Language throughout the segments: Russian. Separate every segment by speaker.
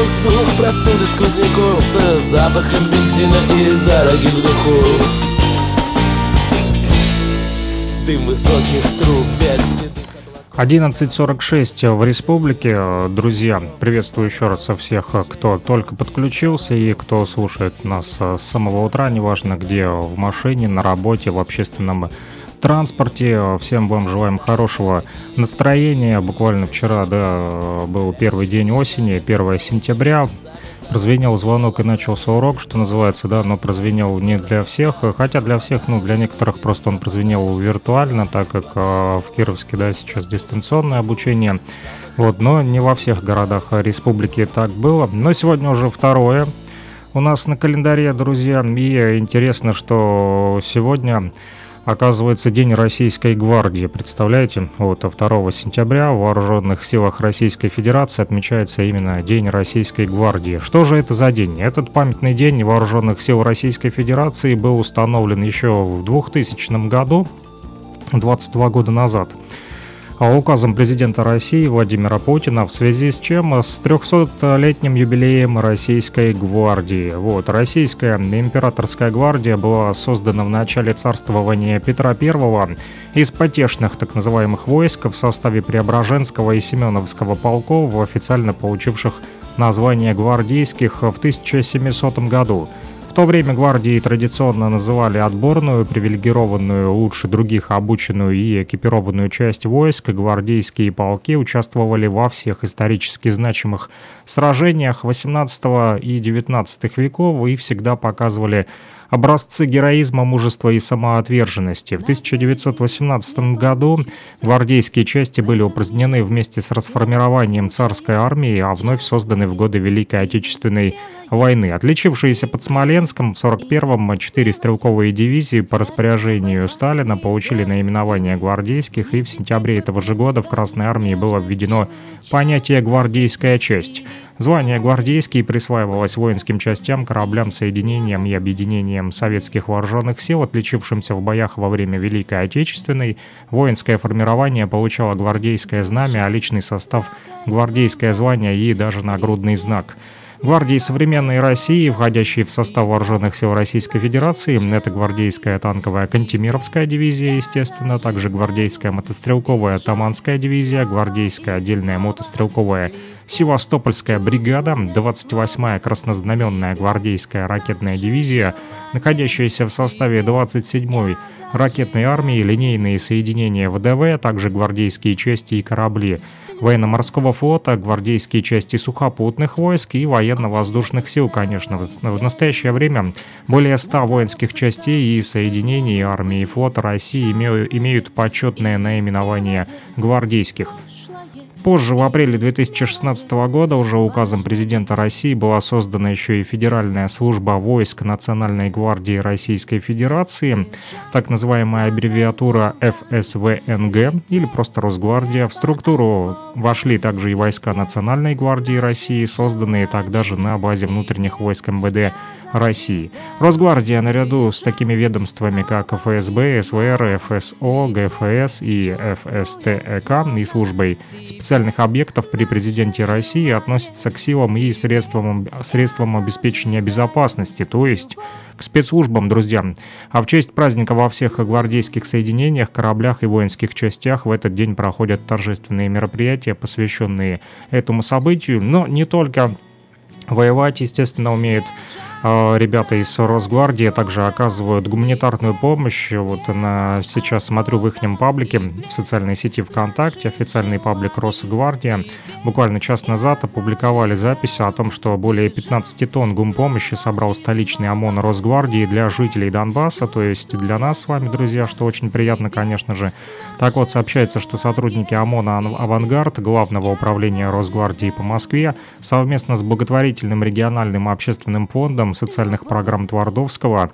Speaker 1: воздух простуды сквозняков с запахом бензина и дорогих духов. Дым высоких труб, бег седых.
Speaker 2: 11:46 в республике. Друзья, приветствую еще раз всех, кто только подключился и кто слушает нас с самого утра, неважно где, в машине, на работе, в общественном транспорте. Всем вам желаем хорошего настроения. Буквально вчера, был первый день осени, 1 сентября. Прозвенел звонок и начался урок, что называется, но прозвенел не для всех, хотя для всех, для некоторых просто он прозвенел виртуально, так как в Кировске, сейчас дистанционное обучение, но не во всех городах республики так было. Но сегодня уже 2 у нас на календаре, друзья, и интересно, что сегодня оказывается День Российской гвардии. Представляете, 2 сентября в Вооруженных силах Российской Федерации отмечается именно День Российской гвардии. Что же это за день? Этот памятный день Вооруженных сил Российской Федерации был установлен еще в 2000 году, 22 года назад, указом президента России Владимира Путина, в связи с чем? С 300-летним юбилеем Российской гвардии. Российская императорская гвардия была создана в начале царствования Петра I из потешных так называемых войск в составе Преображенского и Семеновского полков, официально получивших название гвардейских в 1700 году. В то время гвардией традиционно называли отборную, привилегированную, лучше других обученную и экипированную часть войск. Гвардейские полки участвовали во всех исторически значимых сражениях XVIII и XIX веков и всегда показывали образцы героизма, мужества и самоотверженности. В 1918 году гвардейские части были упразднены вместе с расформированием царской армии, а вновь созданы в годы Великой Отечественной войны. Отличившиеся под Смоленском в 1941-м 4 стрелковые дивизии по распоряжению Сталина получили наименование гвардейских, и в сентябре этого же года в Красной армии было введено понятие «гвардейская часть». Звание «гвардейский» присваивалось воинским частям, кораблям, соединениям и объединениям советских вооруженных сил, отличившимся в боях во время Великой Отечественной. Воинское формирование получало гвардейское знамя, а личный состав – гвардейское звание и даже нагрудный знак. Гвардии современной России, входящие в состав Вооруженных сил Российской Федерации, это гвардейская танковая Кантемировская дивизия, естественно, также гвардейская мотострелковая Таманская дивизия, гвардейская отдельная мотострелковая Севастопольская бригада, 28-я краснознаменная гвардейская ракетная дивизия, находящаяся в составе 27-й ракетной армии, линейные соединения ВДВ, также гвардейские части и корабли военно-морского флота, гвардейские части сухопутных войск и военно-воздушных сил, конечно. В настоящее время более 100 воинских частей и соединений армии и флота России имеют почетное наименование гвардейских. Позже, в апреле 2016 года, уже указом президента России была создана еще и Федеральная служба войск Национальной гвардии Российской Федерации, так называемая аббревиатура ФСВНГ или просто Росгвардия. В структуру вошли также и войска Национальной гвардии России, созданные тогда же на базе внутренних войск МВД России. Росгвардия наряду с такими ведомствами, как ФСБ, СВР, ФСО, ГФС и ФСТЭК и службой специальных объектов при президенте России относится к силам и средствам обеспечения безопасности, то есть к спецслужбам, друзья. А в честь праздника во всех гвардейских соединениях, кораблях и воинских частях в этот день проходят торжественные мероприятия, посвященные этому событию, но не только. Воевать, естественно, умеют ребята из Росгвардии, также оказывают гуманитарную помощь. Сейчас смотрю в их паблике, в социальной сети ВКонтакте, официальный паблик Росгвардия. Буквально час назад опубликовали запись о том, что более 15 тонн гумпомощи собрал столичный ОМОН Росгвардии для жителей Донбасса, то есть для нас с вами, друзья, что очень приятно, конечно же. Так вот, сообщается, что сотрудники ОМОНа «Авангард», Главного управления Росгвардии по Москве, совместно с благотворительным региональным общественным фондом социальных программ Твардовского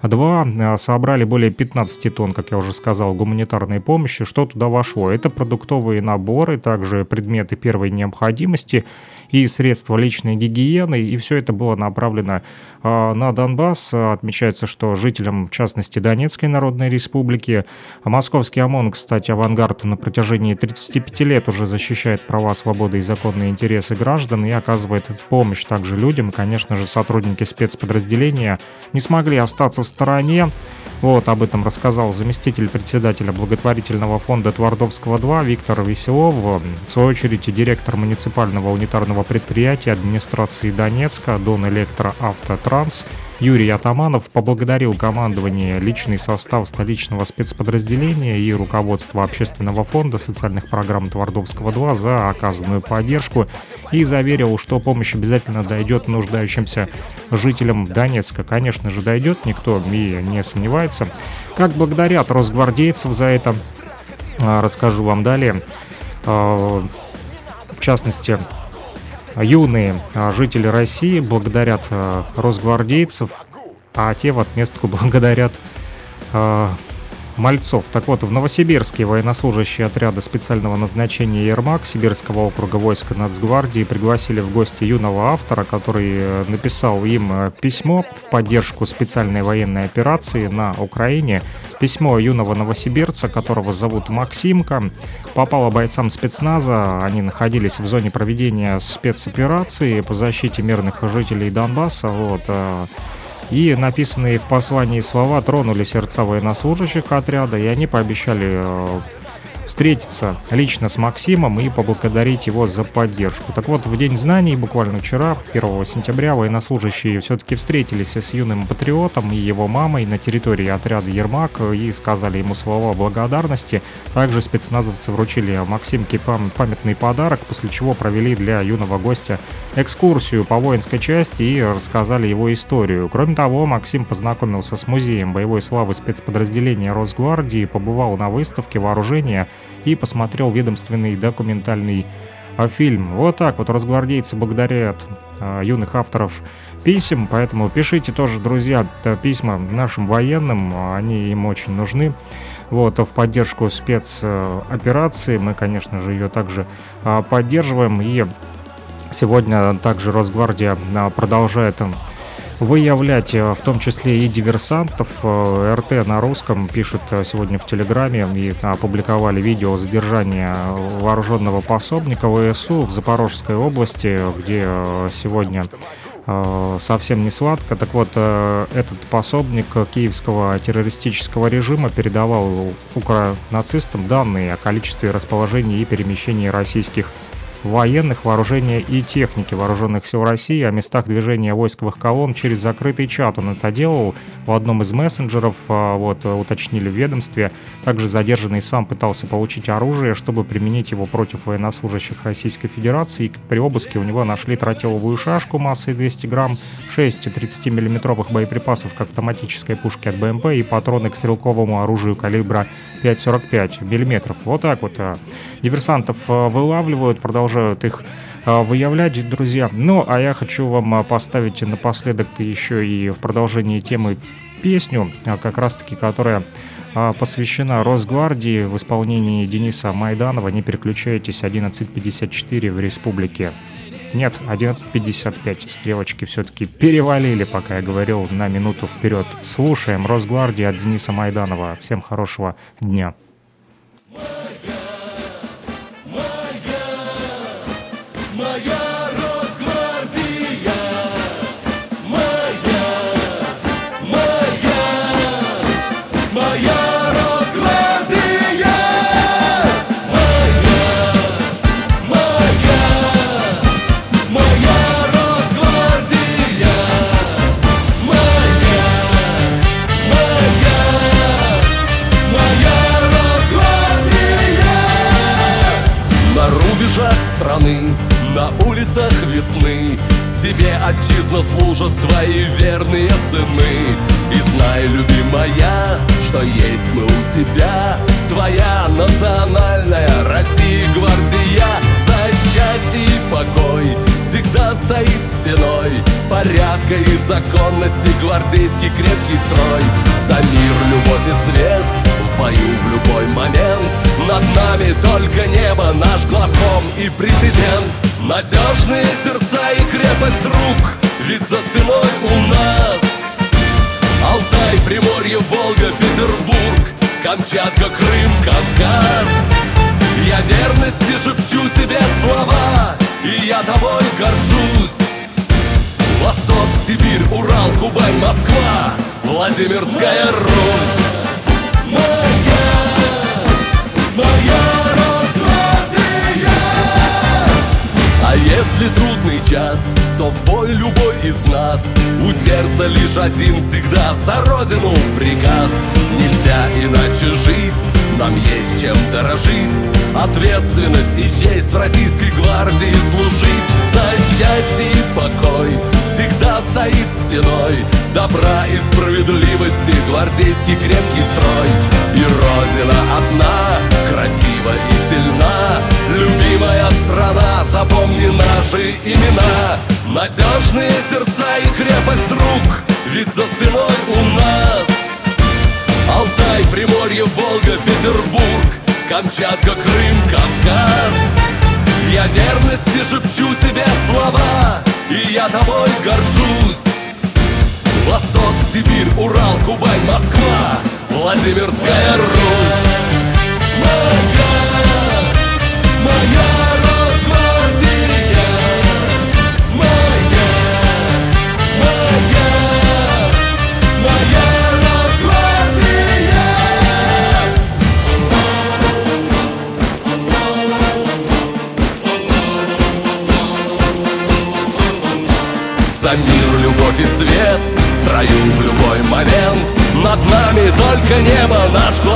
Speaker 2: собрали более 15 тонн, как я уже сказал, гуманитарной помощи. Что туда вошло? Это продуктовые наборы, также предметы первой необходимости и средства личной гигиены, и все это было направлено на Донбасс. Отмечается, что жителям, в частности, Донецкой Народной Республики, московский ОМОН, кстати, «Авангард» на протяжении 35 лет уже защищает права, свободы и законные интересы граждан и оказывает помощь также людям. Конечно же, сотрудники спецподразделения не смогли остаться в стороне. Вот об этом рассказал заместитель председателя благотворительного фонда Твардовского-2 Виктор Веселов. В свою очередь, директор муниципального унитарного предприятия администрации Донецка «Донэлектроавтотранс» Юрий Атаманов поблагодарил командование, личный состав столичного спецподразделения и руководство общественного фонда социальных программ Твардовского-2 за оказанную поддержку и заверил, что помощь обязательно дойдет нуждающимся жителям Донецка. Конечно же, дойдет, никто и не сомневается. Как благодарят росгвардейцев за это, расскажу вам далее. В частности, юные жители России благодарят росгвардейцев, а те в отместку благодарят мальцов. Так вот, в Новосибирске военнослужащие отряда специального назначения «Ермак» Сибирского округа войск Нацгвардии пригласили в гости юного автора, который написал им письмо в поддержку специальной военной операции на Украине. Письмо юного новосибирца, которого зовут Максимка, попало бойцам спецназа. Они находились в зоне проведения спецоперации по защите мирных жителей Донбасса. И написанные в послании слова тронули сердца военнослужащих отряда, и они пообещали встретиться лично с Максимом и поблагодарить его за поддержку. Так вот, в День знаний, буквально вчера, 1 сентября, военнослужащие все-таки встретились с юным патриотом и его мамой на территории отряда «Ермак» и сказали ему слова благодарности. Также спецназовцы вручили Максимке памятный подарок, после чего провели для юного гостя экскурсию по воинской части и рассказали его историю. Кроме того, Максим познакомился с музеем боевой славы спецподразделения Росгвардии, побывал на выставке вооружения и посмотрел ведомственный документальный фильм. Вот так вот росгвардейцы благодарят юных авторов писем, поэтому пишите тоже, друзья, письма нашим военным, они им очень нужны. Вот, в поддержку спецоперации мы, конечно же, ее также поддерживаем. И сегодня также Росгвардия продолжает выявлять в том числе и диверсантов. РТ на русском пишет сегодня в Телеграме и опубликовали видео задержания вооруженного пособника ВСУ в Запорожской области, где сегодня совсем не сладко. Так вот, этот пособник киевского террористического режима передавал укронацистам данные о количестве расположений и перемещении российских военных, вооружения и техники вооруженных сил России, о местах движения войсковых колонн через закрытый чат. Он это делал в одном из мессенджеров, уточнили в ведомстве. Также задержанный сам пытался получить оружие, чтобы применить его против военнослужащих Российской Федерации. При обыске у него нашли тротиловую шашку массой 200 грамм, 6 30-миллиметровых боеприпасов к автоматической пушке от БМП и патроны к стрелковому оружию калибра 5,45 мм. Вот так вот диверсантов вылавливают, продолжают их выявлять, друзья. Ну, а я хочу вам поставить напоследок еще и в продолжении темы песню, как раз-таки, которая посвящена Росгвардии в исполнении Дениса Майданова. Не переключайтесь, 11:54 в республике. Нет, 11:55. Стрелочки все-таки перевалили, пока я говорил, на минуту вперед. Слушаем Росгвардию от Дениса Майданова. Всем хорошего дня.
Speaker 1: На улицах весны тебе, отчизна, служат твои верные сыны. И знай, любимая, что есть мы у тебя, твоя национальная Россия гвардия. За счастье и покой всегда стоит стеной порядка и законности гвардейский крепкий строй. За мир, любовь и свет в бою в любой момент. Над нами только небо, наш главком и президент. Надежные сердца и крепость рук, ведь за спиной у нас Алтай, Приморье, Волга, Петербург, Камчатка, Крым, Кавказ. Я верности шепчу тебе слова, и я тобой горжусь. Восток, Сибирь, Урал, Кубань, Москва, Владимирская Русь. Моя Росгвардия. А если трудный час, то в бой любой из нас у сердца лишь один всегда за родину приказ. Нельзя иначе жить, нам есть чем дорожить. Ответственность и честь в российской гвардии служить. За счастье и покой всегда стоит стеной добра и справедливости гвардейский крепкий строй. И Родина одна, красива и сильна, любимая страна, запомни наши имена. Надежные сердца и крепость рук, ведь за спиной у нас Алтай, Приморье, Волга, Петербург, Камчатка, Крым, Кавказ. Я верности шепчу тебе слова, и я тобой горжусь. Восток, Сибирь, Урал, Кубань, Москва, Владимирская Русь. Моя Росгвардия. Моя Росгвардия. За мир, любовь и свет, в строю в любой момент. Над нами только небо, наш глаз.